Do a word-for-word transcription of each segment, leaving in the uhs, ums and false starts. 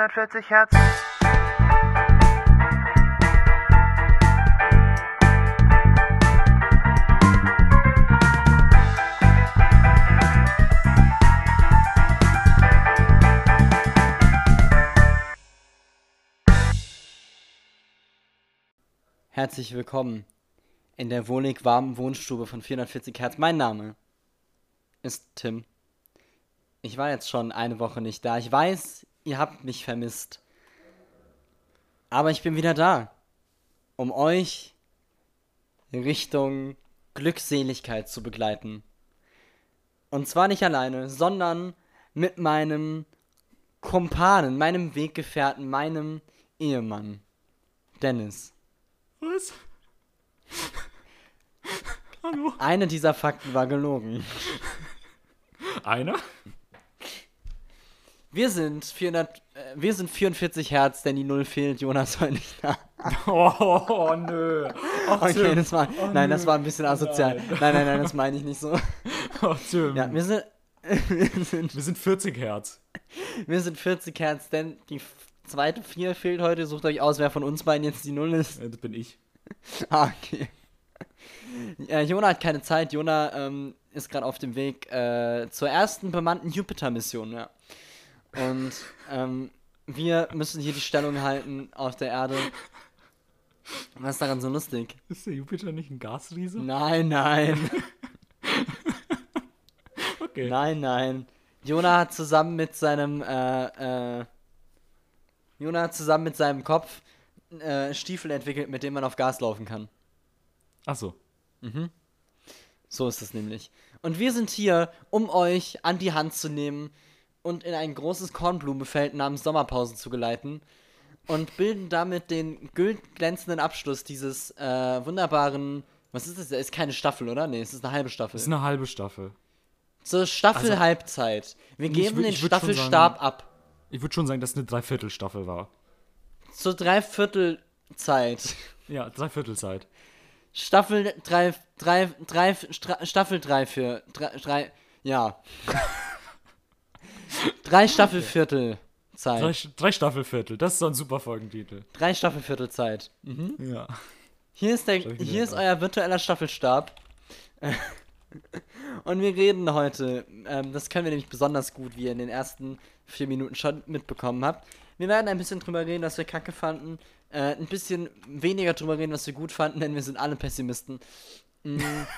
vierhundertvierzig Hertz. Herzlich willkommen in der wohlig warmen Wohnstube von vierhundertvierzig Hertz. Mein Name ist Tim. Ich war jetzt schon eine Woche nicht da. Ich weiß, ihr habt mich vermisst. Aber ich bin wieder da, um euch Richtung Glückseligkeit zu begleiten. Und zwar nicht alleine, sondern mit meinem Kumpanen, meinem Weggefährten, meinem Ehemann, Dennis. Was? Hallo? Eine dieser Fakten war gelogen. Einer? Wir sind vierhundert, äh, wir sind vierundvierzig Hertz, denn die Null fehlt. Jonas war nicht da. Oh, oh nö. Ach, Okay, Tim. das war, Oh, nein, nö. das war ein bisschen asozial. Nein. Nein, nein, nein, das meine ich nicht so. Oh, Tim. Ja, wir sind, wir sind, Wir sind vierzig Hertz. wir sind vierzig Hertz, denn die f- zweite vier fehlt heute. Sucht euch aus, wer von uns beiden jetzt die Null ist. Äh, Das bin ich. Ah, okay. Äh, Jona hat keine Zeit. Jona ähm, ist gerade auf dem Weg äh, zur ersten bemannten Jupiter-Mission, ja. Und ähm, wir müssen hier die Stellung halten auf der Erde. Was ist daran so lustig? Ist der Jupiter nicht ein Gasriese? Nein, nein, Okay. nein, nein. Jona hat zusammen mit seinem äh, äh, Jona hat zusammen mit seinem Kopf äh, Stiefel entwickelt, mit denen man auf Gas laufen kann. Ach so. So ist es nämlich. Und wir sind hier, um euch an die Hand zu nehmen und in ein großes Kornblumenfeld namens Sommerpause zu geleiten und bilden damit den gül- glänzenden Abschluss dieses äh, wunderbaren. Was ist das? Das ist keine Staffel, oder? Nee, es ist eine halbe Staffel. Das ist eine halbe Staffel. Zur Staffel-Halbzeit. Wir ich geben würd- den ich würd schon Staffelstab sagen- ab. Ich würde schon sagen, dass es eine Dreiviertelstaffel war. Zur Dreiviertelzeit. Ja, Dreiviertelzeit. Staffel drei, drei, drei, Stra Staffel drei für, drei, drei, ja. drei Staffelviertel Zeit. Drei, Drei, drei Staffelviertel. Das ist so ein super Folgentitel. Staffelviertel Zeit. Mhm. Ja. Hier ist der, Schau ich mir hier den ist an. euer virtueller Staffelstab. Und wir reden heute, ähm, das können wir nämlich besonders gut, wie ihr in den ersten vier Minuten schon mitbekommen habt. Wir werden ein bisschen drüber reden, was wir kacke fanden. Äh, ein bisschen weniger drüber reden, was wir gut fanden, denn wir sind alle Pessimisten. Mm.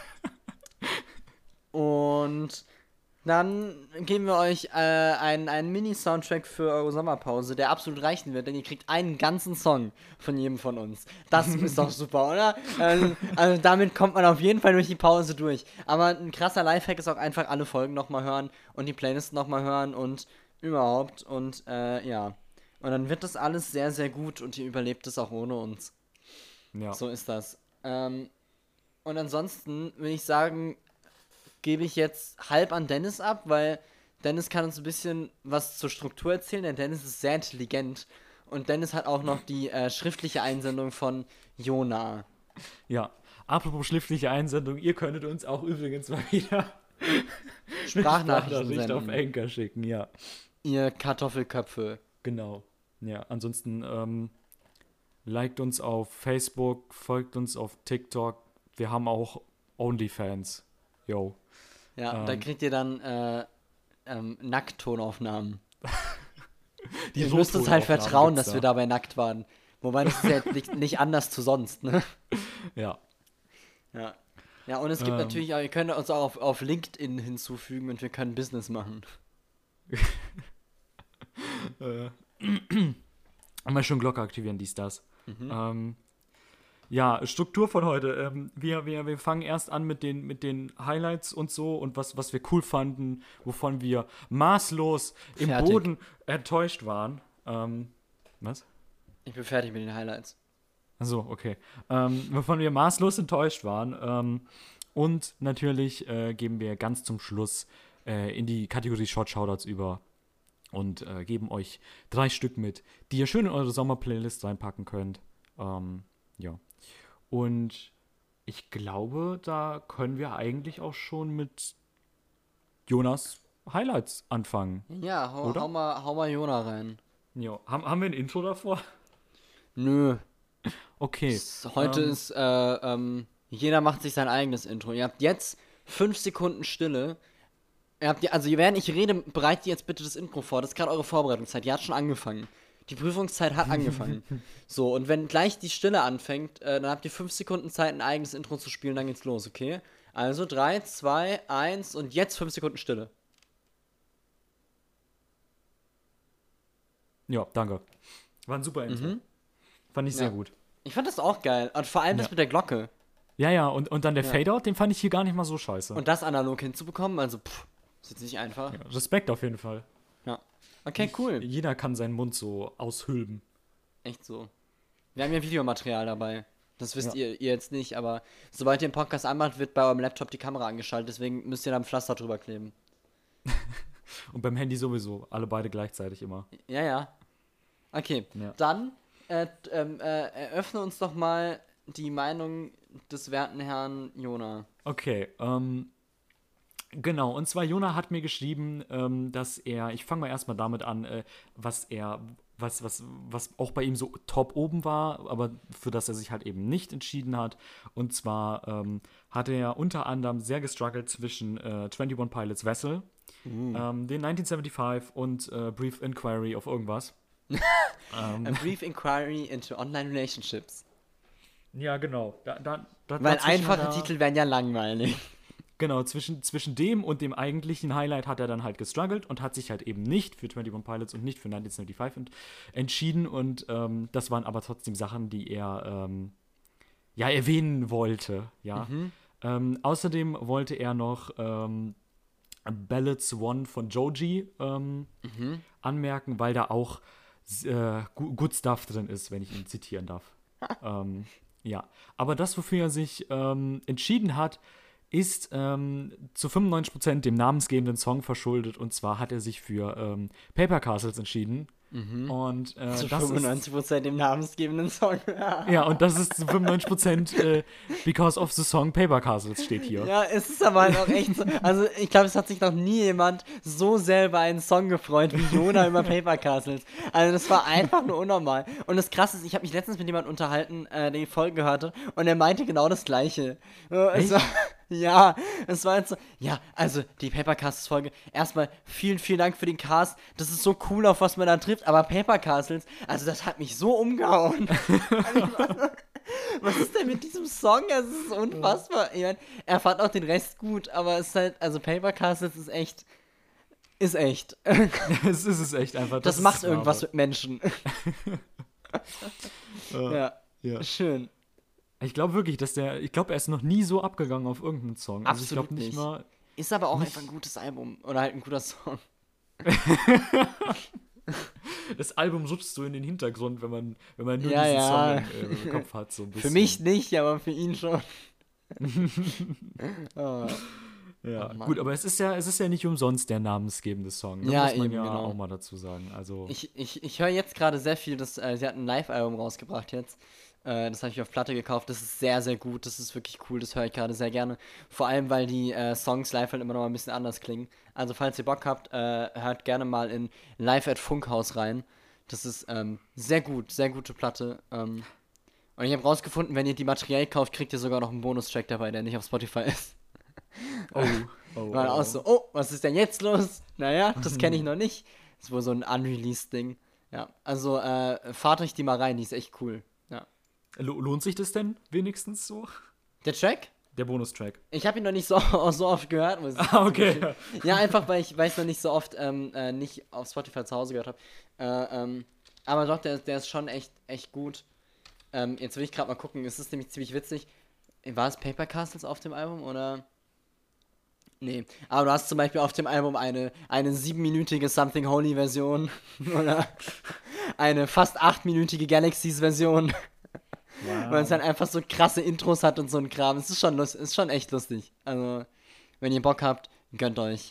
Und dann geben wir euch äh, einen, einen Mini-Soundtrack für eure Sommerpause, der absolut reichen wird, denn ihr kriegt einen ganzen Song von jedem von uns. Das ist doch super, oder? Also, also damit kommt man auf jeden Fall durch die Pause durch. Aber ein krasser Lifehack ist auch einfach alle Folgen nochmal hören und die Playlist nochmal hören und überhaupt. Und äh, ja. Und dann wird das alles sehr, sehr gut und ihr überlebt es auch ohne uns. Ja. So ist das. Ähm, und ansonsten würde ich sagen, gebe ich jetzt halb an Dennis ab, weil Dennis kann uns ein bisschen was zur Struktur erzählen, denn Dennis ist sehr intelligent und Dennis hat auch noch die äh, schriftliche Einsendung von Jona. Ja. Apropos schriftliche Einsendung, ihr könntet uns auch übrigens mal wieder Sprachnachrichten Sprachnachricht auf senden. Anchor schicken, ja. Ihr Kartoffelköpfe. Genau. Ja, ansonsten ähm, liked uns auf Facebook, folgt uns auf TikTok. Wir haben auch OnlyFans. Yo. Ja, Ähm. da kriegt ihr dann äh, ähm, Nackttonaufnahmen. Die Ihr müsst uns halt Rottonaufnahmen vertrauen, gibt's dass wir da. dabei nackt waren. Wobei das ist ja nicht, nicht anders zu sonst, ne? Ja. Ja. Ja, und es gibt Ähm. natürlich auch, ihr könnt uns auch auf, auf LinkedIn hinzufügen und wir können Business machen. Äh, Einmal schon Glocke aktivieren, dies, das. Mhm. Ähm, ja, Struktur von heute. Ähm, wir, wir, wir fangen erst an mit den, mit den Highlights und so und was, was wir cool fanden, wovon wir maßlos im Fertig. Boden enttäuscht waren. Ähm, was? Ich bin fertig mit den Highlights. Achso, okay. Ähm, wovon wir maßlos enttäuscht waren. Ähm, und natürlich äh, geben wir ganz zum Schluss äh, in die Kategorie Short Shoutouts über und äh, geben euch drei Stück mit, die ihr schön in eure Sommerplaylist reinpacken könnt. Ähm, ja. Und ich glaube, da können wir eigentlich auch schon mit Jonas Highlights anfangen. Ja, hau, Oder? hau, mal, hau mal Jona rein. Jo. Haben, haben wir ein Intro davor? Nö. Okay. S- Heute ähm, ist, äh, ähm, jeder macht sich sein eigenes Intro. Ihr habt jetzt fünf Sekunden Stille. Ihr habt, die- also während ich rede, bereitet ihr jetzt bitte das Intro vor. Das ist gerade eure Vorbereitungszeit. Die hat schon angefangen. Die Prüfungszeit hat angefangen. So, und wenn gleich die Stille anfängt, äh, dann habt ihr fünf Sekunden Zeit, ein eigenes Intro zu spielen, dann geht's los, okay? Also drei, zwei, eins und jetzt fünf Sekunden Stille. Ja, danke. War ein super Intro. Mhm. Fand ich sehr Ja. gut. Ich fand das auch geil. Und vor allem das Ja. mit der Glocke. Ja, ja, und, und dann der Ja. Fadeout, den fand ich hier gar nicht mal so scheiße. Und das analog hinzubekommen, also, pff, ist jetzt nicht einfach. ja, Respekt auf jeden Fall. Ja. Okay, cool. Jeder kann seinen Mund so aushüllen. Echt so. Wir haben ja Videomaterial dabei. Das wisst Ja. ihr, ihr jetzt nicht, aber sobald ihr den Podcast anmacht, wird bei eurem Laptop die Kamera angeschaltet, deswegen müsst ihr da ein Pflaster drüber kleben. Und beim Handy sowieso. Alle beide gleichzeitig immer. Ja, ja. Okay, Ja. dann äh, t- ähm, äh, eröffne uns doch mal die Meinung des werten Herrn Jona. Okay, ähm, genau. Und zwar, Jona hat mir geschrieben, ähm, dass er, ich fange mal erstmal damit an, äh, was er, was, was, was auch bei ihm so top oben war, aber für das er sich halt eben nicht entschieden hat. Und zwar ähm, hat er unter anderem sehr gestruggelt zwischen äh, einundzwanzig Pilots Vessel, ähm, den neunzehnhundertfünfundsiebzig und äh, Brief Inquiry auf irgendwas. A brief inquiry into online relationships. Ja, genau. Da, da, da, Weil dazwischen einfache hat er- Titel wären ja langweilig. Genau, zwischen, zwischen dem und dem eigentlichen Highlight hat er dann halt gestruggelt und hat sich halt eben nicht für einundzwanzig Pilots und nicht für neunzehnhundertfünfundsiebzig ent entschieden. Und ähm, das waren aber trotzdem Sachen, die er ähm, ja erwähnen wollte. Ja. Mhm. Ähm, außerdem wollte er noch ähm, Ballads One von Joji ähm, Mhm. anmerken, weil da auch äh, gu- good stuff drin ist, wenn ich ihn zitieren darf. ähm, ja, aber das, wofür er sich ähm, entschieden hat, ist ähm, zu fünfundneunzig Prozent dem namensgebenden Song verschuldet. Und zwar hat er sich für ähm, Paper Castles entschieden. Mhm. Und äh, Zu das ist fünfundneunzig Prozent dem namensgebenden Song. ja, und das ist zu fünfundneunzig Prozent äh, because of the song Paper Castles steht hier. Ja, es ist aber halt auch echt so. Also, ich glaube, es hat sich noch nie jemand so sehr über einen Song gefreut wie Jona über Paper Castles. Also, das war einfach nur unnormal. Und das Krasse ist, ich habe mich letztens mit jemandem unterhalten, äh, der die Folge hörte, und er meinte genau das Gleiche. Äh, Es Echt? war, ja, es war jetzt so. Ja, also, die Paper Castles Folge. Erstmal vielen, vielen Dank für den Cast. Das ist so cool, auf was man da trifft. Aber Paper Castles, also, das hat mich so umgehauen. Was ist denn mit diesem Song? Es ist unfassbar. Ich mein, er fand auch den Rest gut, aber es ist halt, also Paper Castles ist echt, ist echt. Es ist es echt einfach. Das, ist macht das irgendwas Wahre. mit Menschen. Äh, Ja, ja. schön. Ich glaube wirklich, dass der, ich glaube, er ist noch nie so abgegangen auf irgendeinen Song. Also ich Absolut glaube nicht nicht. mal. Ist aber auch Nicht- einfach ein gutes Album. Oder halt ein guter Song. Das Album rutschst du in den Hintergrund, wenn man, wenn man nur Ja, diesen ja. Song im, äh, im Kopf hat. So ein Für bisschen. mich nicht, aber für ihn schon. Oh. Ja, Oh Mann. gut, aber es ist ja, es ist ja nicht umsonst der namensgebende Song. Ne? Ja, muss man eben, ja genau. auch mal dazu sagen. Also, Ich, ich, ich höre jetzt gerade sehr viel, das, äh, sie hat ein Live-Album rausgebracht jetzt. Äh, das habe ich auf Platte gekauft. Das ist sehr, sehr gut. Das ist wirklich cool. Das höre ich gerade sehr gerne. Vor allem, weil die äh, Songs live halt immer noch mal ein bisschen anders klingen. Also, falls ihr Bock habt, äh, hört gerne mal in Live at Funkhaus rein. Das ist ähm, sehr gut, sehr gute Platte. Ähm, und ich habe rausgefunden, wenn ihr die materiell kauft, kriegt ihr sogar noch einen Bonustrack dabei, der nicht auf Spotify ist. oh, oh, War auch so, oh, was ist denn jetzt los? Naja, das kenne ich noch nicht. Das ist wohl so ein Unreleased-Ding. Ja, also äh, fahrt euch die mal rein, die ist echt cool. Ja. Lo- Lohnt sich das denn wenigstens so? Der Track? Der Bonustrack. Ich habe ihn noch nicht so, so oft gehört. Muss ich Ah, okay. Ja, einfach, weil ich, weil ich noch nicht so oft ähm, äh, nicht auf Spotify zu Hause gehört habe. Äh, ähm, aber doch, der, der ist schon echt, echt gut. Ähm, jetzt will ich gerade mal gucken, es ist nämlich ziemlich witzig. War es Paper Castles auf dem Album oder? Nee, aber du hast zum Beispiel auf dem Album eine, eine siebenminütige Something Holy Version oder eine fast achtminütige Galaxies Version, weil es dann einfach so krasse Intros hat und so ein Kram. Es ist schon, lust, ist schon echt lustig. Also, wenn ihr Bock habt, gönnt euch.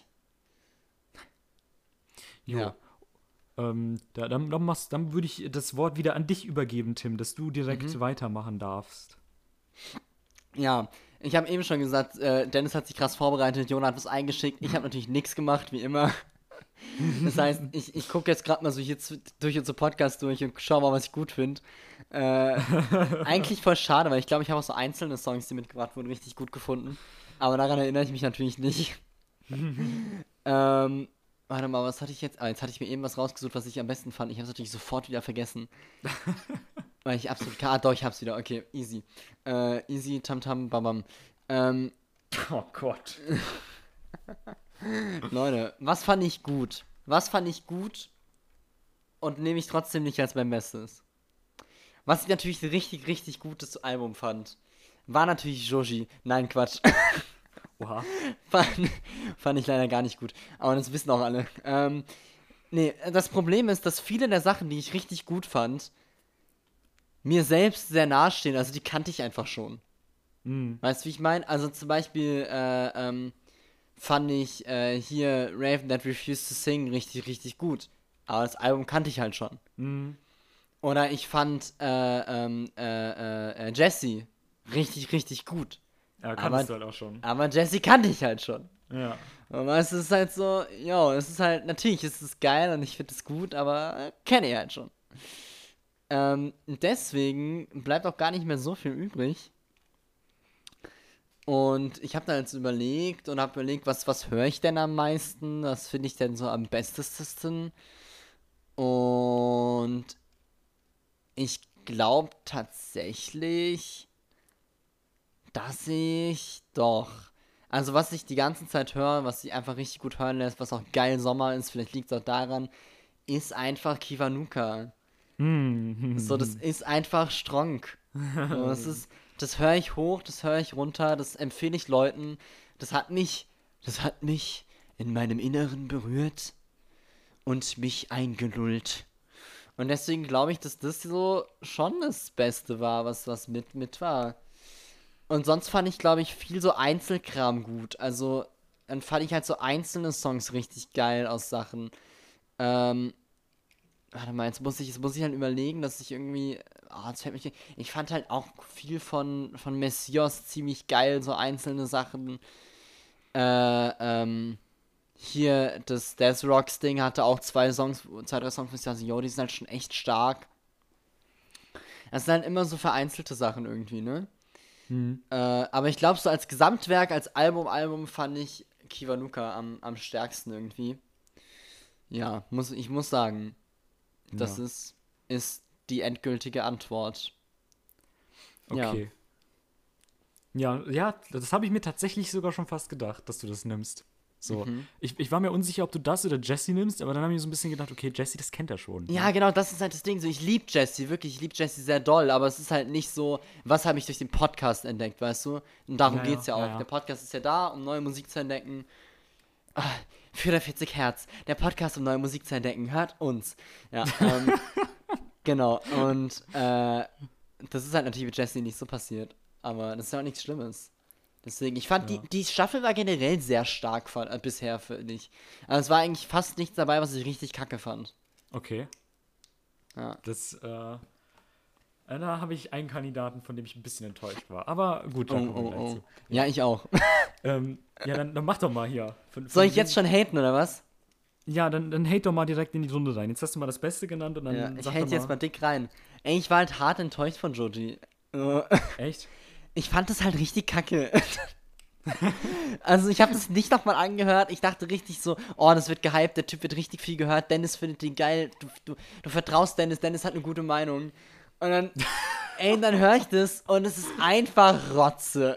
Jo. Ja. Ähm, da, dann, dann, machst- dann würde ich das Wort wieder an dich übergeben, Tim, dass du direkt Mhm. weitermachen darfst. Ja, ich habe eben schon gesagt, äh, Dennis hat sich krass vorbereitet, Jona hat was eingeschickt. Ich habe natürlich nichts gemacht, wie immer. Das heißt, ich, ich gucke jetzt gerade mal so hier zu, durch unsere Podcast durch und schau mal, was ich gut finde. Äh, eigentlich voll schade, weil ich glaube, ich habe auch so einzelne Songs, die mitgebracht wurden, richtig gut gefunden. Aber daran erinnere ich mich natürlich nicht. ähm, warte mal, was hatte ich jetzt? Ah, jetzt hatte ich mir eben was rausgesucht, was ich am besten fand. Ich habe es natürlich sofort wieder vergessen. Weil ich absolut. Ah, doch, ich hab's wieder. Okay, easy. Äh, easy, tam tam, bam bam. Ähm, Oh Gott. Leute, was fand ich gut? Was fand ich gut und nehme ich trotzdem nicht als mein Bestes? Was ich natürlich ein richtig, richtig gutes Album fand, war natürlich Joji. Nein, Quatsch. Oha. fand, fand ich leider gar nicht gut. Aber das wissen auch alle. Ähm, nee, das Problem ist, dass viele der Sachen, die ich richtig gut fand, mir selbst sehr nahestehen. Also die kannte ich einfach schon. Mhm. Weißt du, wie ich meine? Also zum Beispiel, äh, ähm, fand ich äh, hier Raven That Refused to Sing richtig, richtig gut. Aber das Album kannte ich halt schon. Mhm. Oder ich fand äh, ähm, äh, äh, äh, Jessie richtig, richtig gut. Ja, Aber, kannst du halt auch schon. aber Jessie kannte ich halt schon. Ja. Aber es ist halt so, jo, es ist halt, natürlich ist es geil und ich finde es gut, aber äh, kenne ich halt schon. Ähm, deswegen bleibt auch gar nicht mehr so viel übrig. Und ich habe dann jetzt überlegt und habe überlegt, was, was höre ich denn am meisten? Was finde ich denn so am bestesten? Und ich glaube tatsächlich, dass ich doch. Also was ich die ganze Zeit höre, was sich einfach richtig gut hören lässt, was auch geil Sommer ist, vielleicht liegt es auch daran, ist einfach Kiwanuka. So, das Mhm. ist einfach strong. So, das ist, das höre ich hoch, das höre ich runter, das empfehle ich Leuten. Das hat mich, das hat mich in meinem Inneren berührt und mich eingelullt. Und deswegen glaube ich, dass das so schon das Beste war, was, was mit, mit war. Und sonst fand ich, glaube ich, viel so Einzelkram gut. Also, dann fand ich halt so einzelne Songs richtig geil aus Sachen. Ähm, warte mal, jetzt muss ich, jetzt muss ich halt überlegen, dass ich irgendwie. Ah, jetzt fällt mich. Ich fand halt auch viel von, von Messias ziemlich geil, so einzelne Sachen. Äh, ähm, hier, das Death Rocks Ding hatte auch zwei Songs, zwei, drei Songs, wo ich dachte, yo, die sind halt schon echt stark. Das sind halt immer so vereinzelte Sachen irgendwie, ne? Mhm. Äh, aber ich glaube, so als Gesamtwerk, als Album, Album fand ich Kiwanuka am, am stärksten irgendwie. Ja, muss, ich muss sagen, das Ja. ist, ist die endgültige Antwort. Ja. Okay. Ja, ja, das habe ich mir tatsächlich sogar schon fast gedacht, dass du das nimmst. So. Mhm. Ich, ich war mir unsicher, ob du das oder Jesse nimmst, aber dann habe ich mir so ein bisschen gedacht, okay, Jesse, das kennt er schon. Ja, genau, das ist halt das Ding. So, ich liebe Jessie, wirklich, ich liebe Jessie sehr doll, aber es ist halt nicht so, was habe ich durch den Podcast entdeckt, weißt du? Und darum Ja, geht's ja ja, auch. ja, ja. Der Podcast ist ja da, um neue Musik zu entdecken. Ah, vierhundertvierzig Hertz, der Podcast, um neue Musik zu entdecken. Hört uns. Ja, ähm, genau. Und äh, das ist halt natürlich mit Jessie nicht so passiert. Aber das ist ja auch nichts Schlimmes. Deswegen, ich fand, die, Ja. die Staffel war generell sehr stark von, äh, bisher, finde ich. Also es war eigentlich fast nichts dabei, was ich richtig kacke fand. Okay. Ja. Das, äh, äh, da habe ich einen Kandidaten, von dem ich ein bisschen enttäuscht war. Aber gut, Oh, da kommen wir oh, gleich oh. zu. Ja, ich auch. Ähm, ja, dann, dann mach doch mal hier. Von, Soll von ich jetzt wem- schon haten, oder was? Ja, dann, dann hate doch mal direkt in die Runde rein. Jetzt hast du mal das Beste genannt und dann Ja, ich sag hate doch jetzt mal dick rein. Ey, ich war halt hart enttäuscht von Joji. Äh, Echt? Ich fand das halt richtig kacke. Also ich habe das nicht nochmal angehört. Ich dachte richtig so, oh, das wird gehypt, der Typ wird richtig viel gehört. Dennis findet den geil. Du, du, du vertraust Dennis, Dennis hat eine gute Meinung. Und dann, ey, dann höre ich das und es ist einfach Rotze.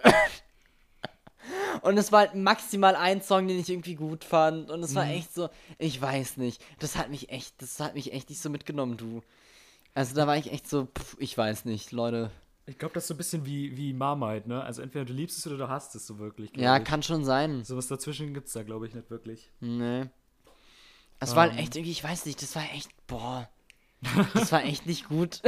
Und es war halt maximal ein Song, den ich irgendwie gut fand. Und es war echt so, ich weiß nicht. Das hat mich echt, das hat mich echt nicht so mitgenommen, du. Also da war ich echt so, pff, ich weiß nicht, Leute. Ich glaube, das ist so ein bisschen wie, wie Marmite, ne? Also entweder du liebst es oder du hasst es so wirklich, glaub Ja, ich. kann schon sein. Sowas dazwischen gibt's da, glaube ich, nicht wirklich. Nee. Es war halt Ähm. echt irgendwie, ich weiß nicht, das war echt, boah. Das war echt nicht gut.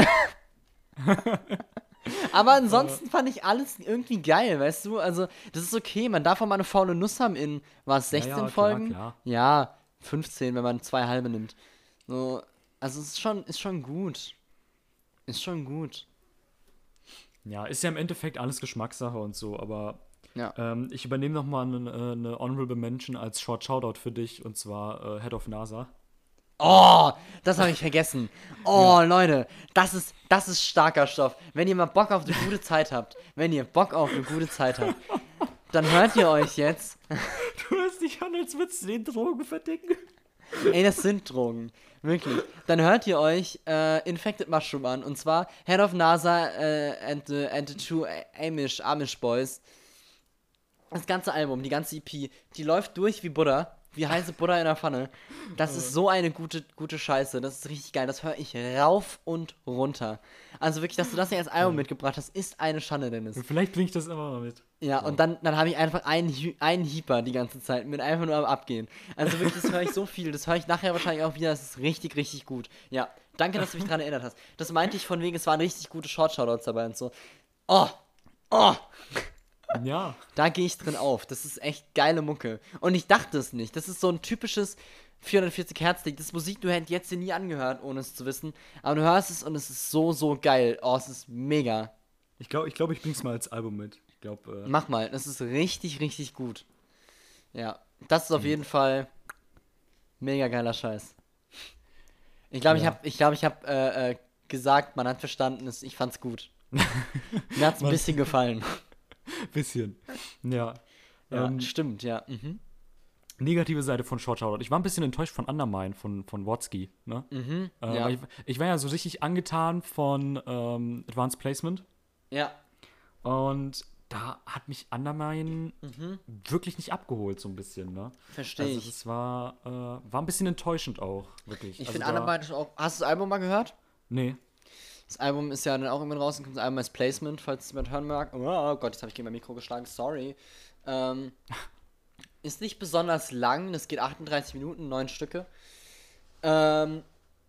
Aber ansonsten fand ich alles irgendwie geil, weißt du? Also, das ist okay, man darf auch mal eine faule Nuss haben in, war es sechzehn Ja, ja, klar, Folgen? klar. Ja, fünfzehn, wenn man zwei halbe nimmt. So, also es ist schon, ist schon gut. Ist schon gut. Ja, ist ja im Endeffekt alles Geschmackssache und so, aber Ja. Ähm, ich übernehme nochmal eine, äh, eine Honorable Mention als Short Shoutout für dich, und zwar äh, Head of NASA. Oh, das habe ich vergessen. Oh, Ja. Leute, das ist, das ist starker Stoff. Wenn ihr mal Bock auf eine gute Zeit habt, wenn ihr Bock auf eine gute Zeit habt, dann hört ihr euch jetzt. Du hörst dich an, als würdest du den Drogen verdicken. Ey, das sind Drogen. Wirklich. Dann hört ihr euch äh, Infected Mushroom an. Und zwar Head of NASA äh, and, the, and the Two Amish, Amish Boys. Das ganze Album, die ganze E P, die läuft durch wie Butter. Wie heiße Butter in der Pfanne. Das ist so eine gute, gute Scheiße. Das ist richtig geil. Das höre ich rauf und runter. Also wirklich, dass du das nicht als Album mitgebracht hast, ist eine Schande, Dennis. Vielleicht bringe ich das immer mal mit. Ja, und dann, dann habe ich einfach einen, Hy- einen Hieper die ganze Zeit. Mit einfach nur am Abgehen. Also wirklich, das höre ich so viel. Das höre ich nachher wahrscheinlich auch wieder. Das ist richtig, richtig gut. Ja, danke, dass du mich daran erinnert hast. Das meinte ich von wegen, es waren richtig gute Short-Shoutouts dabei und so. Oh, oh. Ja. Da gehe ich drin auf. Das ist echt geile Mucke. Und ich dachte es nicht. Das ist so ein typisches vierhundertvierzig Hertz Ding. Das ist Musik, du hättest jetzt nie angehört, ohne es zu wissen. Aber du hörst es und es ist so, so geil. Oh, es ist mega. Ich glaube, ich, glaub, ich bring's mal als Album mit. Ich glaube, äh, Mach mal. Das ist richtig, richtig gut. Ja. Das ist auf jeden Fall mega geiler Scheiß. Ich glaube, Ja. ich habe ich glaub, ich hab, äh, äh, gesagt, man hat verstanden, es- ich fand's gut. Mir hat's ein Man- bisschen gefallen. bisschen. Ja. Ja, Ähm, stimmt, ja. Mhm. negative Seite von Short Shoutout. Ich war ein bisschen enttäuscht von Undermine, von, von Watsky. Ne? Mhm. Äh, ja. weil ich, ich war ja so richtig angetan von ähm, Advanced Placement. ja. Und da hat mich Undermine Mhm. wirklich nicht abgeholt, so ein bisschen. Ne? Verstehe Also ich. das war, äh, war ein bisschen enttäuschend auch, wirklich. Ich also finde da- anderweitig auch. Hast du das Album mal gehört? Nee. Das Album ist ja dann auch irgendwann rausgekommen. Das Album als Placement, falls es jemand hören mag. Oh Gott, jetzt habe ich gegen mein Mikro geschlagen. Sorry. Ähm, ist nicht besonders lang. Das geht achtunddreißig Minuten, neun Stücke. Ähm,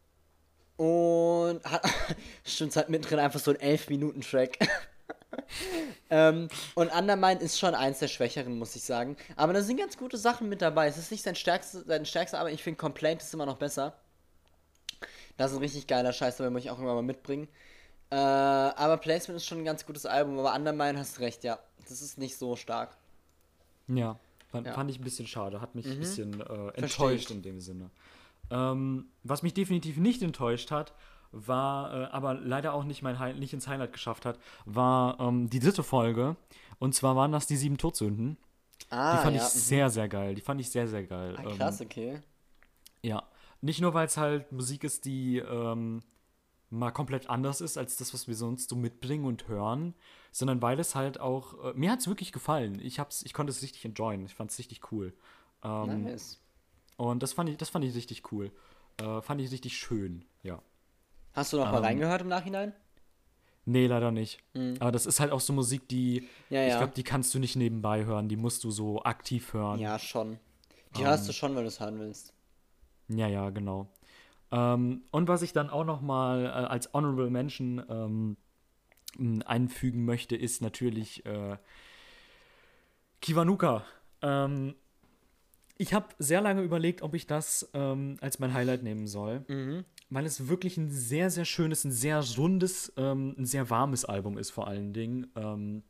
und hat. Stimmt, es hat mittendrin einfach so ein elf Minuten Track. ähm, und Undermine ist schon eins der Schwächeren, muss ich sagen. Aber da sind ganz gute Sachen mit dabei. Es ist nicht sein stärkstes, sein stärkster, aber ich finde Complaint ist immer noch besser. Das ist ein richtig geiler Scheiß, den muss ich auch immer mal mitbringen. Äh, aber Placement ist schon ein ganz gutes Album, aber Undermine hast recht, ja. Das ist nicht so stark. Ja, fand, Ja. fand ich ein bisschen schade. Hat mich ein Mhm. bisschen äh, Versteh enttäuscht ich. in dem Sinne. Ähm, was mich definitiv nicht enttäuscht hat, war, äh, aber leider auch nicht, mein Hi- nicht ins Highlight geschafft hat, war ähm, die dritte Folge. Und zwar waren das die sieben Todsünden. Ah, Die fand ja. ich sehr, sehr geil. Die fand ich sehr, sehr geil. Ah, krass, okay. Ja. Nicht nur, weil es halt Musik ist, die ähm, mal komplett anders ist als das, was wir sonst so mitbringen und hören, sondern weil es halt auch, äh, mir hat es wirklich gefallen. Ich hab's, ich konnte es richtig enjoyen. Ich fand es richtig cool. Ähm, Nice. Und das fand ich, das fand ich richtig cool. Äh, fand ich richtig schön, ja. Hast du noch mal ähm, reingehört im Nachhinein? Nee, leider nicht. Mhm. Aber das ist halt auch so Musik, die, Ja, ich ja. glaube, die kannst du nicht nebenbei hören. Die musst du so aktiv hören. Ja, schon. Die Ähm, hörst du schon, wenn du es hören willst. Ja, ja, genau. Ähm, und was ich dann auch noch mal äh, als Honorable Mention ähm, m, einfügen möchte, ist natürlich äh, Kiwanuka. Ähm, ich habe sehr lange überlegt, ob ich das ähm, als mein Highlight nehmen soll, Mhm. weil es wirklich ein sehr, sehr schönes, ein sehr rundes, ähm, ein sehr warmes Album ist vor allen Dingen. Ähm,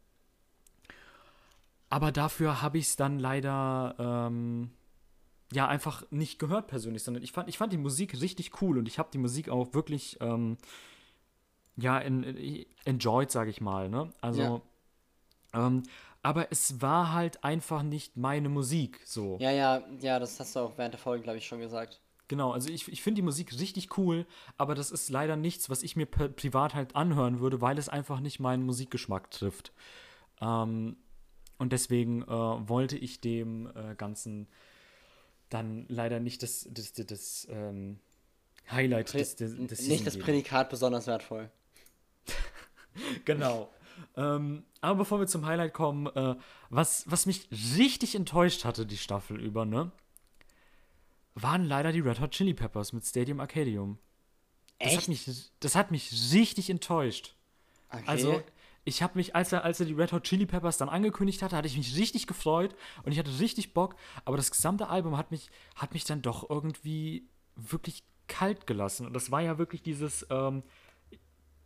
aber dafür habe ich es dann leider ähm, ja einfach nicht gehört persönlich, sondern ich fand, ich fand die Musik richtig cool und ich habe die Musik auch wirklich ähm, ja in, in, enjoyed, sage ich mal. Ne? Also, ähm, aber es war halt einfach nicht meine Musik. So. Ja, ja, ja, das hast du auch während der Folge, glaube ich, schon gesagt. Genau, also ich, ich finde die Musik richtig cool, aber das ist leider nichts, was ich mir per, privat halt anhören würde, weil es einfach nicht meinen Musikgeschmack trifft. Ähm, und deswegen äh, wollte ich dem äh, Ganzen dann leider nicht das, das, das, das ähm, Highlight Prä des, des, des nicht Season das geben. Prädikat besonders wertvoll. Genau. ähm, aber bevor wir zum Highlight kommen, äh, was, was mich richtig enttäuscht hatte, die Staffel über, ne? Waren leider die Red Hot Chili Peppers mit Stadium Arcadium. Das Echt? hat mich, das hat mich richtig enttäuscht. Okay. Also, ich habe mich, als er, als er die Red Hot Chili Peppers dann angekündigt hatte, hatte ich mich richtig gefreut und ich hatte richtig Bock, aber das gesamte Album hat mich, hat mich dann doch irgendwie wirklich kalt gelassen. Und das war ja wirklich dieses, ähm,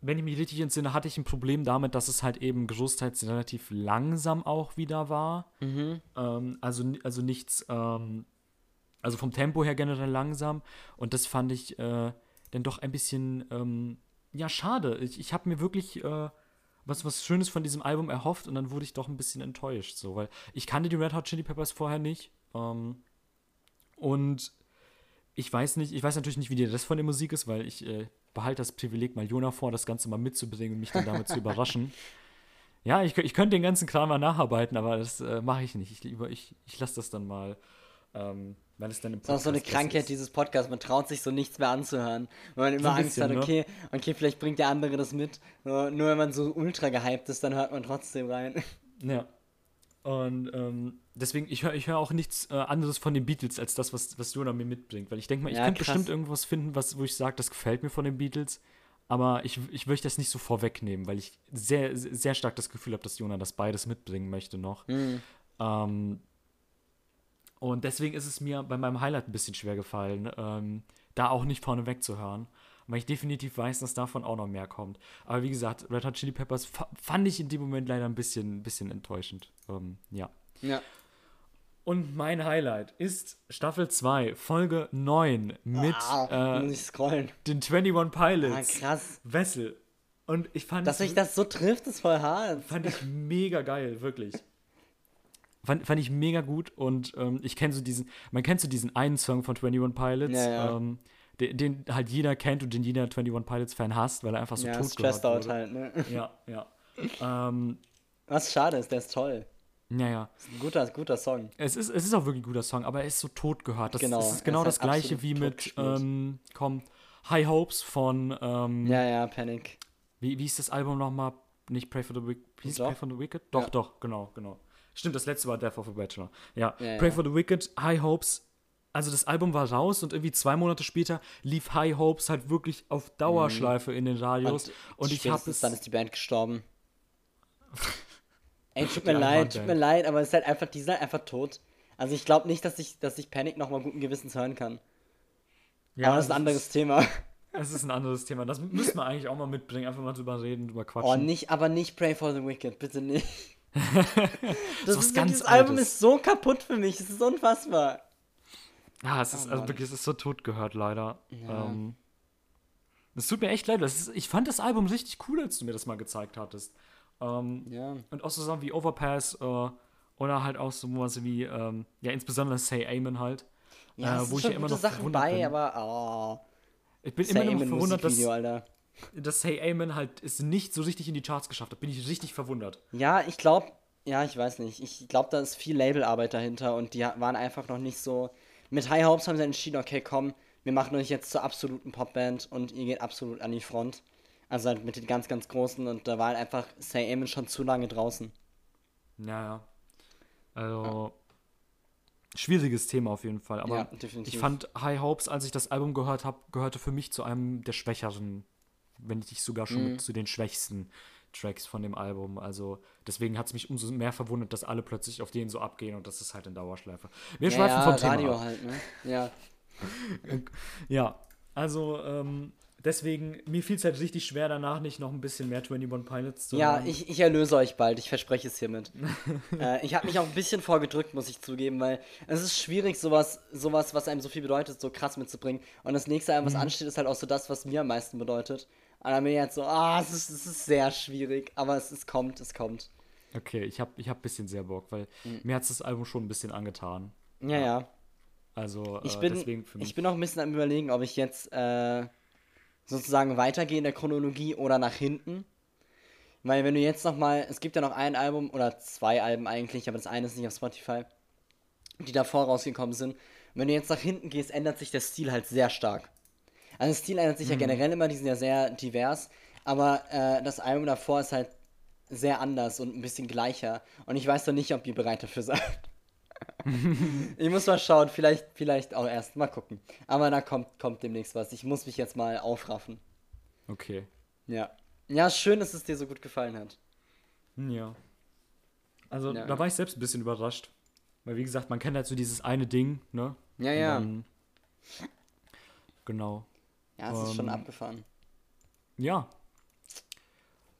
wenn ich mich richtig entsinne, hatte ich ein Problem damit, dass es halt eben großteils relativ langsam auch wieder war. Mhm. Ähm, also, also nichts, ähm, also vom Tempo her generell langsam. Und das fand ich äh, dann doch ein bisschen, ähm, ja, schade. Ich, ich habe mir wirklich äh, was, was Schönes von diesem Album erhofft und dann wurde ich doch ein bisschen enttäuscht. So, weil ich kannte die Red Hot Chili Peppers vorher nicht. Ähm, und ich weiß nicht, ich weiß natürlich nicht, wie dir das von der Musik ist, weil ich äh, behalte das Privileg, mal Jona vor, das Ganze mal mitzubringen und mich dann damit zu überraschen. Ja, ich, ich könnte den ganzen Kram mal nacharbeiten, aber das äh, mache ich nicht. Ich, lieber, ich, ich lasse das dann mal, ähm, wenn es dann im Das ist auch so eine Podcast besser Krankheit ist. dieses Podcasts. Man traut sich so nichts mehr anzuhören. Weil man So immer ein Angst bisschen, hat, ne? okay, okay, vielleicht bringt der andere das mit. Nur, nur wenn man so ultra gehypt ist, dann hört man trotzdem rein. Ja. Und ähm, deswegen, ich höre ich hör auch nichts äh, anderes von den Beatles als das, was, was Jona mir mitbringt. Weil ich denke mal, ich Ja, könnte krass. bestimmt irgendwas finden, was, wo ich sage, das gefällt mir von den Beatles. Aber ich, ich möchte das nicht so vorwegnehmen, weil ich sehr, sehr stark das Gefühl habe, dass Jona das beides mitbringen möchte noch. Hm. Ähm, und deswegen ist es mir bei meinem Highlight ein bisschen schwer gefallen, ähm, da auch nicht vorne wegzuhören. Weil ich definitiv weiß, dass davon auch noch mehr kommt. Aber wie gesagt, Red Hot Chili Peppers fa- fand ich in dem Moment leider ein bisschen, bisschen enttäuschend. Ähm, ja. Ja. Und mein Highlight ist Staffel zwei, Folge neun mit Ah, äh, muss ich scrollen. den einundzwanzig Ah, Pilots. krass. Wessel. Und ich fand Dass sich das so trifft, ist voll hart. fand ich mega geil, wirklich. Fand, fand ich mega gut und ähm, ich kenne so diesen, man kennt so diesen einen Song von einundzwanzig Pilots, Ja, ja. Ähm, den, den halt jeder kennt und den jeder einundzwanzig Pilots-Fan hasst, weil er einfach so Ja, tot stressed gehört out wurde. halt, ne? Ja, ja. ähm, Was schade ist, der ist toll. ja, ja. Ist ein guter, guter Song. Es ist, es ist auch wirklich ein guter Song, aber er ist so tot gehört. Das, Genau, das er ist genau ist das halt gleiche absolut wie mit, totgespielt. ähm, komm, High Hopes von, ähm, Ja, ja, Panic. wie, wie ist das Album nochmal? Nicht Pray for the Wicked? Hieß Doch. Pray for the Wicked? Doch, Ja. doch, genau, genau. Stimmt, das letzte war Death of a Bachelor. Ja, Ja, Pray ja. for the Wicked, High Hopes. Also das Album war raus und irgendwie zwei Monate später lief High Hopes halt wirklich auf Dauerschleife in den Radios. Und, ich habe spätestens es... dann ist die Band gestorben. Ey, tut Die mir arme leid, tut Handband. mir leid, aber es ist halt einfach, die sind halt einfach tot. Also ich glaube nicht, dass ich, dass ich Panic nochmal guten Gewissens hören kann. Ja, aber das ist ein anderes Thema. Es ist ein anderes Thema. Das müssen wir eigentlich auch mal mitbringen. Einfach mal drüber reden, drüber Oh, quatschen. nicht, aber nicht Pray for the Wicked, bitte nicht. Das Das, was ist, ganz dieses Album Altes. ist so kaputt für mich, es ist unfassbar. Ja, es ist, Oh, also Mann. wirklich, es ist so tot gehört, leider. Ja. Ähm, es tut mir echt leid. Das ist, ich fand das Album richtig cool, als du mir das mal gezeigt hattest. Ähm, Ja. Und auch so Sachen wie Overpass äh, oder halt auch so was wie, ähm, ja, insbesondere Say Amen halt. Ja, äh, es wo sind ich schon ja immer gute noch Sachen verwundert bei, bin. aber oh. Ich bin Say immer noch Amen verwundert, dass, Musikvideo, Alter. dass Say Amen halt es nicht so richtig in die Charts geschafft hat. Bin ich richtig verwundert. Ja, ich glaube, ja, ich weiß nicht. Ich glaube, da ist viel Labelarbeit dahinter und die ha- waren einfach noch nicht so. Mit High Hopes haben sie entschieden, okay, komm, wir machen euch jetzt zur absoluten Popband und ihr geht absolut an die Front. Also halt mit den ganz, ganz Großen und da war halt einfach Say Amen schon zu lange draußen. Ja, ja. Also, schwieriges Thema auf jeden Fall. Aber Ja, definitiv. ich fand High Hopes, als ich das Album gehört habe, gehörte für mich zu einem der schwächeren, wenn nicht sogar schon Mhm. mit zu den schwächsten Tracks von dem Album. Also deswegen hat es mich umso mehr verwundert, dass alle plötzlich auf den so abgehen und das ist halt in Dauerschleife. Wir Ja, schweifen ja, vom Thema Radio ab. halt, ne? Ja. Ja, also ähm, deswegen, mir fiel es halt richtig schwer, danach nicht noch ein bisschen mehr einundzwanzig Pilots zu Ja, hören. ich, ich erlöse euch bald, ich verspreche es hiermit. äh, ich habe mich auch ein bisschen vorgedrückt, muss ich zugeben, weil es ist schwierig, sowas, sowas, was einem so viel bedeutet, so krass mitzubringen. Und das nächste Album, was ansteht, ist halt auch so das, was mir am meisten bedeutet. Und dann bin ich jetzt so, ah, es ist, es ist sehr schwierig, aber es, es kommt, es kommt. Okay, ich habe ich hab ein bisschen sehr Bock, weil mir hat das Album schon ein bisschen angetan. Ja, ja. Also Ich äh, bin, deswegen für mich. ich bin auch ein bisschen am Überlegen, ob ich jetzt äh, sozusagen weitergehe in der Chronologie oder nach hinten. Weil wenn du jetzt nochmal, es gibt ja noch ein Album oder zwei Alben eigentlich, aber das eine ist nicht auf Spotify, die davor rausgekommen sind. Und wenn du jetzt nach hinten gehst, ändert sich der Stil halt sehr stark. Also der Stil ändert sich ja generell immer, die sind ja sehr divers, aber äh, das Album davor ist halt sehr anders und ein bisschen gleicher. Und ich weiß noch nicht, ob ihr bereit dafür seid. Ich muss mal schauen, vielleicht, vielleicht auch erst, mal gucken. Aber da kommt, kommt demnächst was. Ich muss mich jetzt mal aufraffen. Okay. Ja. Ja, schön, dass es dir so gut gefallen hat. Hm, Ja. Also Ja. da war ich selbst ein bisschen überrascht. Weil wie gesagt, man kennt halt so dieses eine Ding, ne? Ja, Und ja. Dann, genau. Ja, es ist schon Ähm, abgefahren. Ja.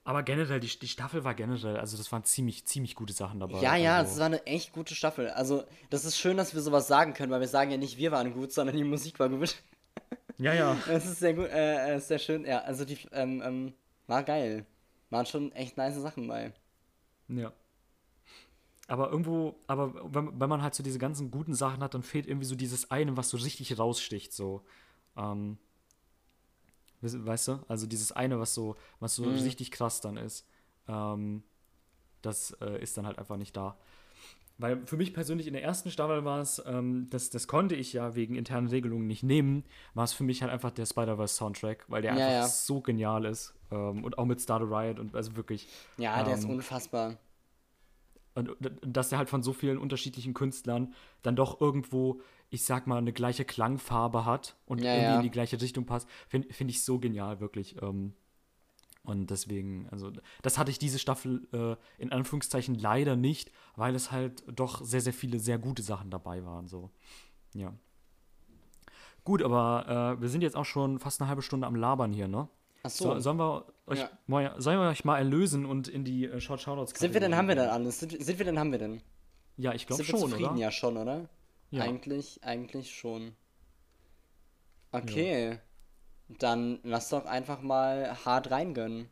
Aber generell, die, die Staffel war generell, also das waren ziemlich, ziemlich gute Sachen dabei. Ja, ja, es Also, war eine echt gute Staffel. Also, das ist schön, dass wir sowas sagen können, weil wir sagen ja nicht, wir waren gut, sondern die Musik war gut. ja, ja. Es ist sehr gut, äh, äh, ist sehr schön. Ja, also die, ähm, ähm, war geil. Waren schon echt nice Sachen bei. Ja. Aber irgendwo, aber wenn, wenn man halt so diese ganzen guten Sachen hat, dann fehlt irgendwie so dieses eine, was so richtig raussticht, so. Ähm, weißt weißt du? Also dieses eine, was so, was so Mhm. richtig krass dann ist. Ähm, das äh, ist dann halt einfach nicht da. Weil für mich persönlich in der ersten Staffel war es, ähm, das, das konnte ich ja wegen internen Regelungen nicht nehmen, war es für mich halt einfach der Spider-Verse-Soundtrack, weil der Ja, einfach ja. so genial ist. Ähm, und auch mit Starter Riot und also wirklich. Ja, der ist Ähm, unfassbar. und, und dass der halt von so vielen unterschiedlichen Künstlern dann doch irgendwo, ich sag mal, eine gleiche Klangfarbe hat und Ja, irgendwie in ja. die gleiche Richtung passt, finde find ich so genial, wirklich. Ähm, und deswegen, also, das hatte ich diese Staffel äh, in Anführungszeichen leider nicht, weil es halt doch sehr, sehr viele sehr gute Sachen dabei waren. So. Ja. Gut, aber äh, wir sind jetzt auch schon fast eine halbe Stunde am Labern hier, ne? Ach So, so. sollen wir euch Ja. mal, sollen wir euch mal erlösen und in die äh, Sind wir denn, Short-Shoutouts-Kategorie haben wir denn gehen? alles? Sind, sind wir denn, haben wir denn? Ja, ich glaube Sind wir schon, zufrieden? oder? Ja, schon, oder? Ja. Eigentlich, eigentlich schon. Ja. Okay. Dann lass doch einfach mal hart reingönnen.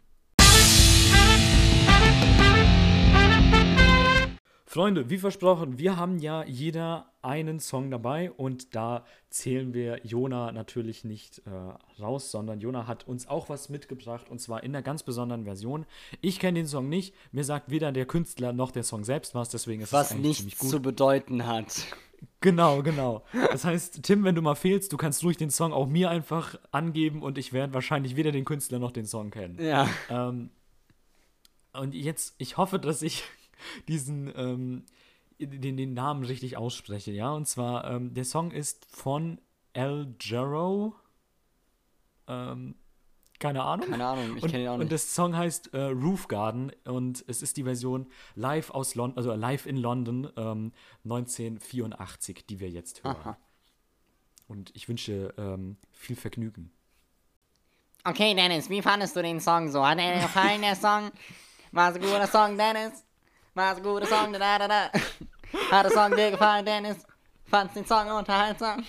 Freunde, wie versprochen, wir haben ja jeder einen Song dabei und da zählen wir Jona natürlich nicht äh, raus, sondern Jona hat uns auch was mitgebracht und zwar in einer ganz besonderen Version. Ich kenne den Song nicht, mir sagt weder der Künstler noch der Song selbst was, deswegen ist es Was eigentlich ziemlich nichts gut. zu bedeuten hat. Genau, genau. Das heißt, Tim, wenn du mal fehlst, du kannst ruhig den Song auch mir einfach angeben und ich werde wahrscheinlich weder den Künstler noch den Song kennen. Ja. Ähm, und jetzt, ich hoffe, dass ich diesen, ähm, den, den Namen richtig ausspreche, ja. Und zwar, ähm, der Song ist von El Jarreau. Ähm, keine Ahnung. Keine Ahnung, ich Und, kenne ihn auch und nicht. der Song heißt äh, Roof Garden und es ist die Version live aus London, also live in London ähm, neunzehnhundertvierundachtzig, die wir jetzt hören. Aha. Und ich wünsche ähm, viel Vergnügen. Okay, Dennis, wie fandest du den Song so? Hat dir gefallen, der Song? War es ein guter Song, Dennis? War es ein guter Song? Da, da, da, da. Hat der Song dir gefallen, Dennis? Fandest den Song unterhaltsam?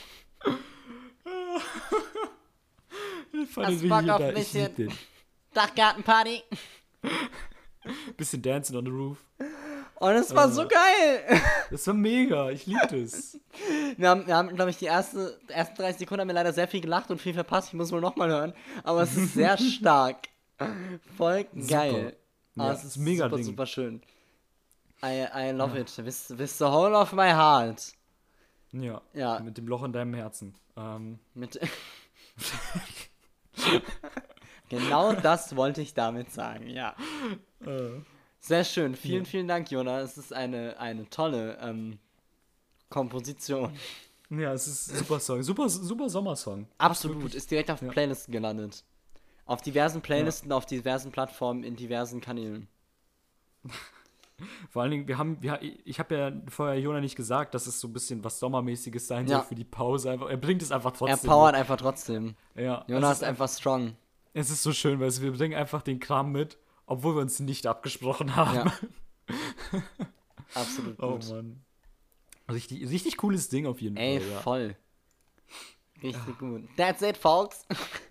Hast du Bock auf ein bisschen Dachgartenparty? Bisschen Dancing on the Roof. Und es war so geil! Das war mega, ich liebe das. Wir haben, wir haben glaube ich, die erste, ersten dreißig Sekunden haben wir leider sehr viel gelacht und viel verpasst. Ich muss wohl nochmal hören. Aber es ist sehr stark. Voll geil. Ja, Ah, es es ist ist mega super, Ding. super schön. I, I love it. With, with the whole of my heart. Ja, Ja. mit dem Loch in deinem Herzen. Ähm, Mit genau das wollte ich damit sagen, ja. äh, Sehr schön. Vielen, Ja. vielen Dank, Jona. Es ist eine, eine tolle ähm, Komposition. ja, es ist ein super Song. Super, super Sommersong. Absolut. Ist direkt auf ja. Playlisten gelandet. Auf diversen Playlisten, auf diversen Plattformen, in diversen Kanälen. Vor allen Dingen, wir haben, wir, ich habe ja vorher Jona nicht gesagt, dass es so ein bisschen was Sommermäßiges sein Ja. soll für die Pause. Einfach, er bringt es einfach Er trotzdem. powert einfach trotzdem. mit. Ja, Jona es ist einfach strong. Es ist so schön, weil es- wir bringen einfach den Kram mit, obwohl wir uns nicht abgesprochen haben. Ja. Absolut Oh gut. Mann. Richtig, richtig cooles Ding auf jeden Ey, Fall. Ja. voll. Richtig gut. That's it, folks.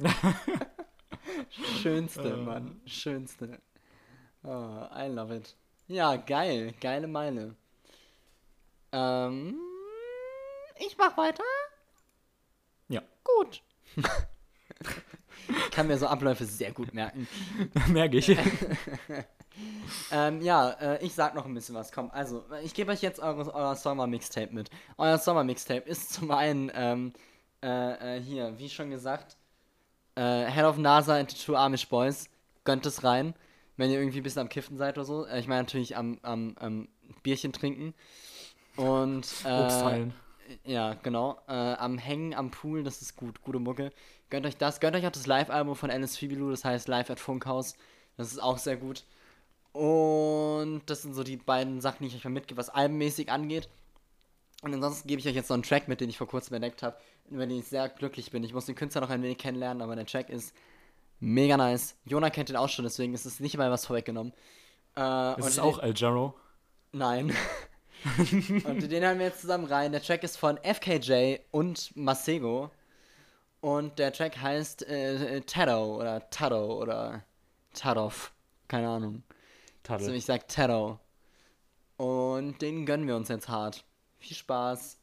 Schönste, Mann. Schönste. Oh, I love it. Ja, geil. Geile Meile. Ähm, ich mach weiter. Ja. Gut. Ich kann mir so Abläufe sehr gut merken. Merke ich. Ähm, ja, äh, ich sag noch ein bisschen was. Komm, also, ich gebe euch jetzt eure, euer Sommer-Mixtape mit. Euer Sommer-Mixtape ist zum einen, ähm, äh, äh, hier, wie schon gesagt, äh, Head of NASA into Two Amish Boys. Gönnt es rein, wenn ihr irgendwie ein bisschen am Kiffen seid oder so. Äh, ich meine natürlich am, am, am Bierchen trinken. Und, äh, Obst teilen. ja, genau. Äh, am Hängen, am Pool, das ist gut. Gute Mucke. Gönnt euch das. Gönnt euch auch das Live-Album von Alice Fibilu, das heißt Live at Funkhaus. Das ist auch sehr gut. Und das sind so die beiden Sachen, die ich euch mal mitgebe, was albenmäßig angeht. Und ansonsten gebe ich euch jetzt noch einen Track mit, den ich vor kurzem entdeckt habe, über den ich sehr glücklich bin. Ich muss den Künstler noch ein wenig kennenlernen, aber der Track ist Mega nice. Jona kennt den auch schon, deswegen ist es nicht mal was vorweggenommen. Äh, Ist und es den- auch El Jarro? Nein. Und den hören wir jetzt zusammen rein. Der Track ist von F K J und Masego. Und der Track heißt äh, Tado oder Tado oder Tadov. Keine Ahnung. Also Tadel. ich sag Tado. Und den gönnen wir uns jetzt hart. Viel Spaß.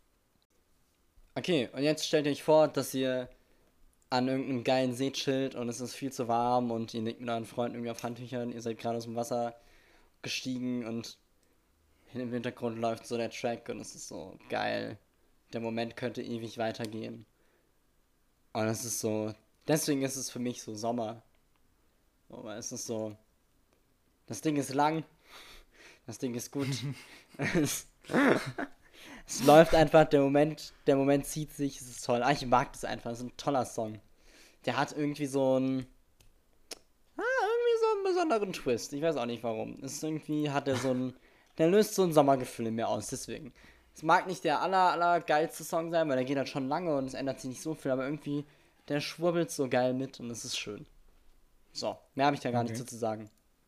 Okay, und jetzt stellt euch vor, dass ihr an irgendeinem geilen See chillt und es ist viel zu warm und ihr liegt mit euren Freunden irgendwie auf Handtüchern, ihr seid gerade aus dem Wasser gestiegen und im Hintergrund läuft so der Track und es ist so geil. Der Moment könnte ewig weitergehen. Und es ist so, deswegen ist es für mich so Sommer. Aber es ist so, das Ding ist lang, das Ding ist gut. es, es läuft einfach, der Moment, der Moment zieht sich, es ist toll. Ah, ich mag das einfach, es ist ein toller Song. Der hat irgendwie so einen, ah, irgendwie so einen besonderen Twist. Ich weiß auch nicht warum. Es ist irgendwie, hat er so einen, der löst so ein Sommergefühl in mir aus, deswegen. Es mag nicht der aller, aller geilste Song sein, weil der geht halt schon lange und es ändert sich nicht so viel, aber irgendwie, der schwurbelt so geil mit und es ist schön. So, mehr habe ich da gar Okay. nicht zu sagen.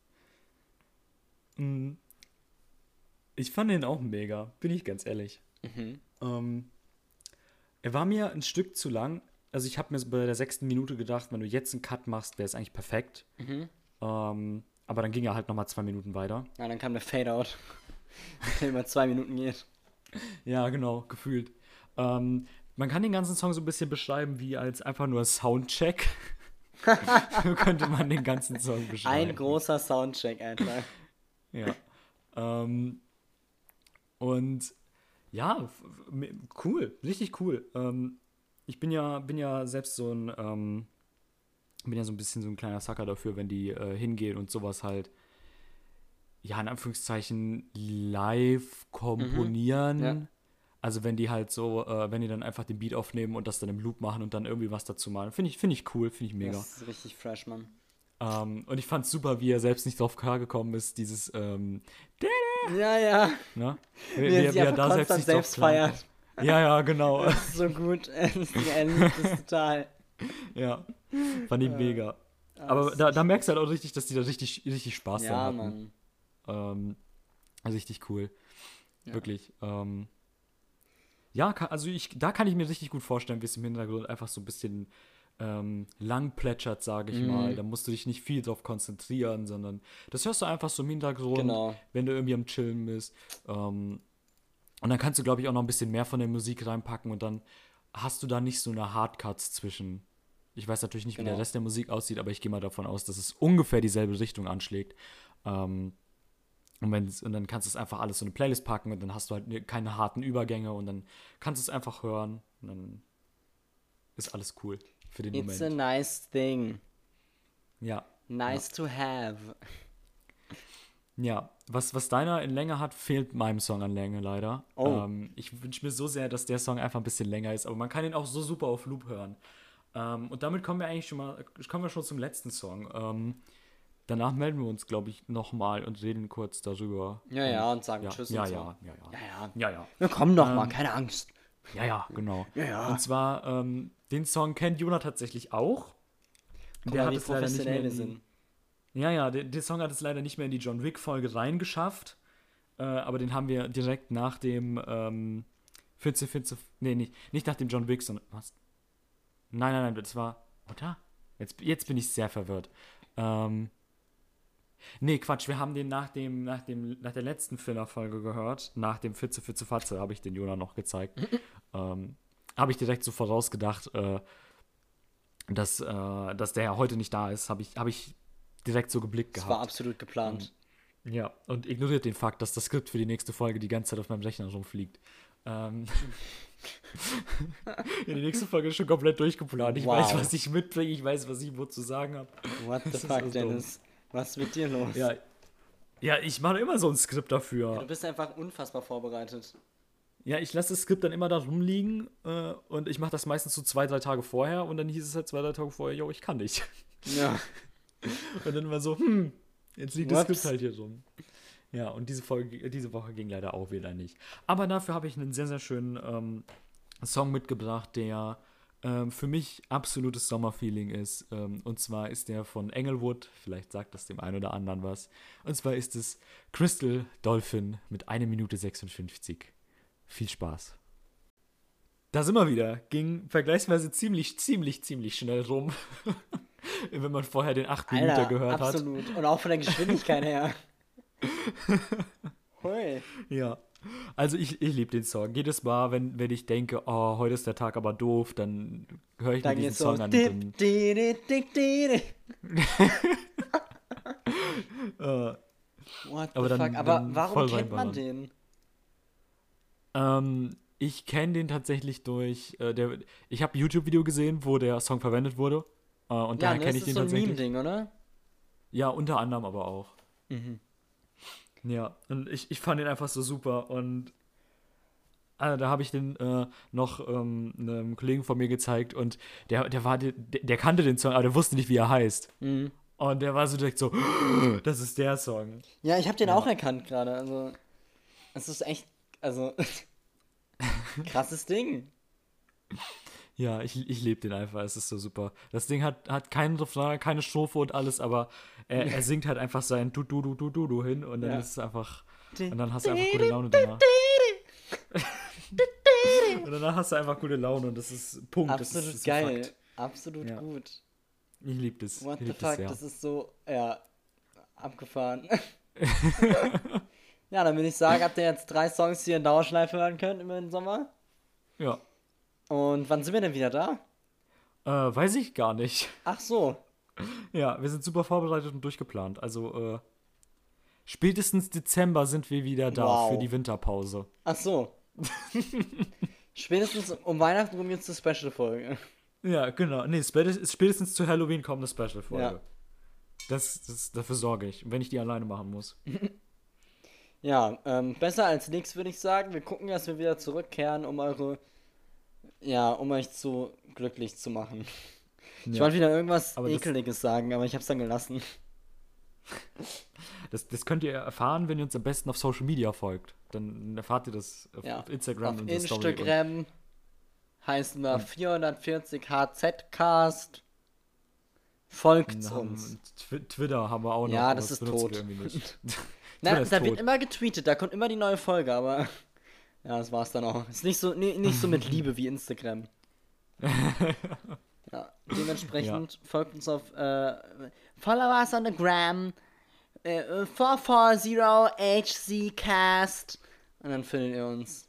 Mm, Ich fand den auch mega, bin ich ganz ehrlich. Mhm. Ähm, er war mir ein Stück zu lang. Also ich habe mir so bei der sechsten Minute gedacht, wenn du jetzt einen Cut machst, wäre es eigentlich perfekt. Mhm. Ähm, aber dann ging er halt nochmal zwei Minuten weiter. Ja, dann kam der Fade-Out, der über zwei Minuten geht. Ja, genau, gefühlt. Ähm, man kann den ganzen Song so ein bisschen beschreiben wie als einfach nur Soundcheck. So könnte man den ganzen Song beschreiben. Ein großer Soundcheck einfach. Ja. Ähm, und ja, f- f- cool, richtig cool. Ähm, ich bin ja, bin ja selbst so ein, ähm, bin ja so ein bisschen so ein kleiner Sucker dafür, wenn die äh, hingehen und sowas halt, ja, in Anführungszeichen live komponieren. Ja. Also wenn die halt so, äh, wenn die dann einfach den Beat aufnehmen und das dann im Loop machen und dann irgendwie was dazu malen. Finde ich, finde ich cool, finde ich mega. Das ist richtig fresh, Mann. Ähm, und ich fand's super, wie er selbst nicht drauf klargekommen ist, dieses, ähm, Ja, ja. ne? Wie, Wie er sich einfach konstant nicht selbst drauf klar- feiert. Ja, ja, genau. Das ist so gut. Es ist, er liebt es total. Ja, fand ich mega. Ah, Aber das da, ist da merkst du halt auch richtig, dass die da richtig, richtig Spaß ja, dran hatten. Mann. Ähm, also richtig cool. Ja. Wirklich. Ähm, ja, ka- also ich, da kann ich mir richtig gut vorstellen, wie es im Hintergrund einfach so ein bisschen ähm, lang plätschert, sage ich Mhm. mal. Da musst du dich nicht viel drauf konzentrieren, sondern das hörst du einfach so im Hintergrund, Genau. wenn du irgendwie am Chillen bist. Ähm, und dann kannst du, glaube ich, auch noch ein bisschen mehr von der Musik reinpacken und dann hast du da nicht so eine Hardcuts zwischen. Ich weiß natürlich nicht, wie der Genau. Rest der Musik aussieht, aber ich gehe mal davon aus, dass es ungefähr dieselbe Richtung anschlägt. Ähm, und, wenn's, und dann kannst du es einfach alles so eine Playlist packen und dann hast du halt ne- keine harten Übergänge und dann kannst du es einfach hören und dann ist alles cool für den It's a Moment. nice thing. Ja, Nice to have. ja. Was, was deiner in Länge hat, fehlt meinem Song an Länge leider. Oh. Ähm, ich wünsche mir so sehr, dass der Song einfach ein bisschen länger ist, aber man kann ihn auch so super auf Loop hören. Ähm, und damit kommen wir eigentlich schon mal, kommen wir schon zum letzten Song. Ähm, danach melden wir uns, glaube ich, nochmal und reden kurz darüber. Ja, ja, und sagen Ja, Tschüss ja, und so. ja, ja, ja, Ja, ja. ja, ja. Wir kommen doch mal, Ähm, keine Angst. Ja, ja, genau. Ja, ja. Und zwar, ähm, den Song kennt Jona tatsächlich auch. Guck Der mal, hat wie es leider nicht mehr professionell wir in sind. die, Ja, ja, der, der Song hat es leider nicht mehr in die John Wick-Folge reingeschafft. Äh, aber den haben wir direkt nach dem ähm, vierzehn, vierzehn, nee, nicht, nicht nach dem John Wick, sondern, was? Nein, nein, nein, das war, oder? Jetzt, jetzt bin ich sehr verwirrt. Ähm, nee, Quatsch, wir haben den nach dem, nach dem, nach der letzten Filler-Folge gehört. Nach dem Fitze, Fitze, Fatze habe ich den Jona noch gezeigt. ähm, habe ich direkt so vorausgedacht, äh, dass, äh, dass der ja heute nicht da ist, habe ich, hab ich direkt so geblickt Das gehabt. war absolut geplant. Ja, und ignoriert den Fakt, dass das Skript für die nächste Folge die ganze Zeit auf meinem Rechner rumfliegt. Ähm ja, die nächste Folge ist schon komplett durchgeplant. Ich Wow. weiß, was ich mitbringe, ich weiß, was ich wo zu sagen habe. What the Das ist fuck, so dumm. Dennis? Was ist mit dir los? Ja, ja, ich mache immer so ein Skript Du dafür. bist einfach unfassbar vorbereitet. Ja, ich lasse das Skript dann immer da rumliegen äh, und ich mache das meistens so zwei, drei Tage vorher und dann hieß es halt zwei, drei Tage vorher, yo, ich kann nicht. Ja. Und dann war so, hm, jetzt liegt das Whoops. Skript halt hier rum. Ja, und diese Folge, diese Woche ging leider auch wieder nicht. Aber dafür habe ich einen sehr, sehr schönen ähm, Song mitgebracht, der ähm, für mich absolutes Sommerfeeling ist. Ähm, und zwar ist der von Englewood, vielleicht sagt das dem einen oder anderen was. Und zwar ist es Crystal Dolphin mit eine Minute sechsundfünfzig. Viel Spaß. Da sind wir wieder. Ging vergleichsweise ziemlich, ziemlich, ziemlich schnell rum. Wenn man vorher den acht Minuten Alter, gehört absolut. Hat. Und auch von der Geschwindigkeit her. Hui. Ja. Also ich, ich liebe den Song. Jedes Mal, wenn, wenn ich denke, oh, heute ist der Tag aber doof, dann höre ich dann mir diesen so Song an. Dip, und di, di, di, di, di. uh, What the aber dann, fuck? Aber dann warum kennt man den? Ähm, ich kenne den tatsächlich durch, äh, der, ich habe ein YouTube-Video gesehen, wo der Song verwendet wurde. Äh, und Ja, daher ne, kenne das ich ist den so ein tatsächlich. Meme-Ding, oder? Ja, unter anderem aber auch. Mhm. Ja, und ich, ich fand den einfach so super und äh, da habe ich den äh, noch ähm, einem Kollegen von mir gezeigt und der, der war, der, der kannte den Song, aber der wusste nicht, wie er heißt. Mhm. Und der war so direkt so, das ist der Song. Ja, ich habe den Ja. auch erkannt gerade. Also, es ist echt, also, krasses Ding. Ja, ich, ich liebe den einfach, es ist so super. Das Ding hat, hat keinen Refrain, keine Strophe und alles, aber er, er singt halt einfach sein du du du du du du hin und dann Ja. ist es einfach, und dann hast du einfach gute Laune danach. Und danach hast du einfach gute Laune und das ist Punkt. Absolut das ist, das ist geil. Fakt. Absolut Ja. gut. Ich liebe das. What ich the lieb das fuck, sehr. das ist so, ja, abgefahren. Ja, dann würde ich sagen, habt ihr jetzt drei Songs, die ihr in Dauerschleife hören könnt immer im Sommer. Ja. Und wann sind wir denn wieder da? Äh, weiß ich gar nicht. Ach so. Ja, wir sind super vorbereitet und durchgeplant. Also, äh, spätestens Dezember sind wir wieder da Wow. für die Winterpause. Ach so. Spätestens um Weihnachten rum jetzt eine Special-Folge. Ja, genau. Nee, spätestens, spätestens zu Halloween kommt eine Special-Folge. Ja. Das, das, dafür sorge ich, wenn ich die alleine machen muss. Ja, ähm, besser als nichts würde ich sagen. Wir gucken, dass wir wieder zurückkehren, um eure, ja, um euch zu glücklich zu machen. Ich Ja. wollte wieder irgendwas Aber das- Ekeliges sagen, aber ich hab's dann gelassen. Das, das könnt ihr erfahren, wenn ihr uns am besten auf Social Media folgt. Dann erfahrt ihr das auf, Ja. auf Instagram Auf und so Story. Instagram heißen wir vierhundertvierzig H Z Cast. Folgt Und haben, uns. Twi- Twitter haben wir auch noch. Ja, aber das ist benutzen tot. wir irgendwie nicht. Na, Twitter ist da wird tot. immer getweetet, da kommt immer die neue Folge, aber ja, das war's dann auch. Ist nicht so, nee, nicht so mit Liebe wie Instagram. Ja, dementsprechend folgt uns auf äh, Follow us on the Gram äh, vier vier null H C Cast und dann findet ihr uns.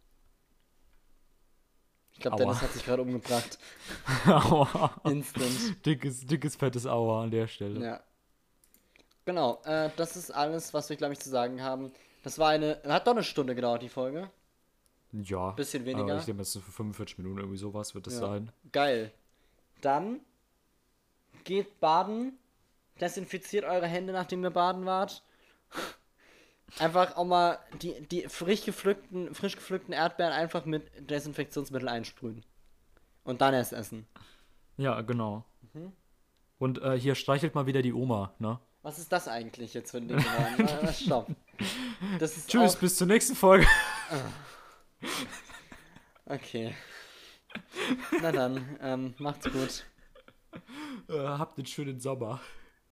Ich glaube, Aua. Dennis hat sich gerade umgebracht. Aua. Instant. Dickes, dickes, fettes Aua an der Stelle. Ja. Genau, äh, das ist alles, was wir, glaube ich, zu sagen haben. Das war eine, hat doch eine Stunde gedauert, die Folge. Ja. Bisschen weniger. Äh, ich denke, es ist für fünfundvierzig Minuten irgendwie sowas wird das Ja. sein. Geil. Dann geht baden, desinfiziert eure Hände, nachdem ihr baden wart. Einfach auch mal die, die frisch gepflückten, frisch gepflückten Erdbeeren einfach mit Desinfektionsmittel einsprühen. Und dann erst essen. Ja, genau. Mhm. Und äh, hier streichelt mal wieder die Oma, ne? Was ist das eigentlich jetzt für ein Ding geworden? Na, na, Stopp. Das ist Tschüss, auch... bis zur nächsten Folge. Okay. Na dann, ähm, macht's gut. Äh, habt einen schönen Sommer.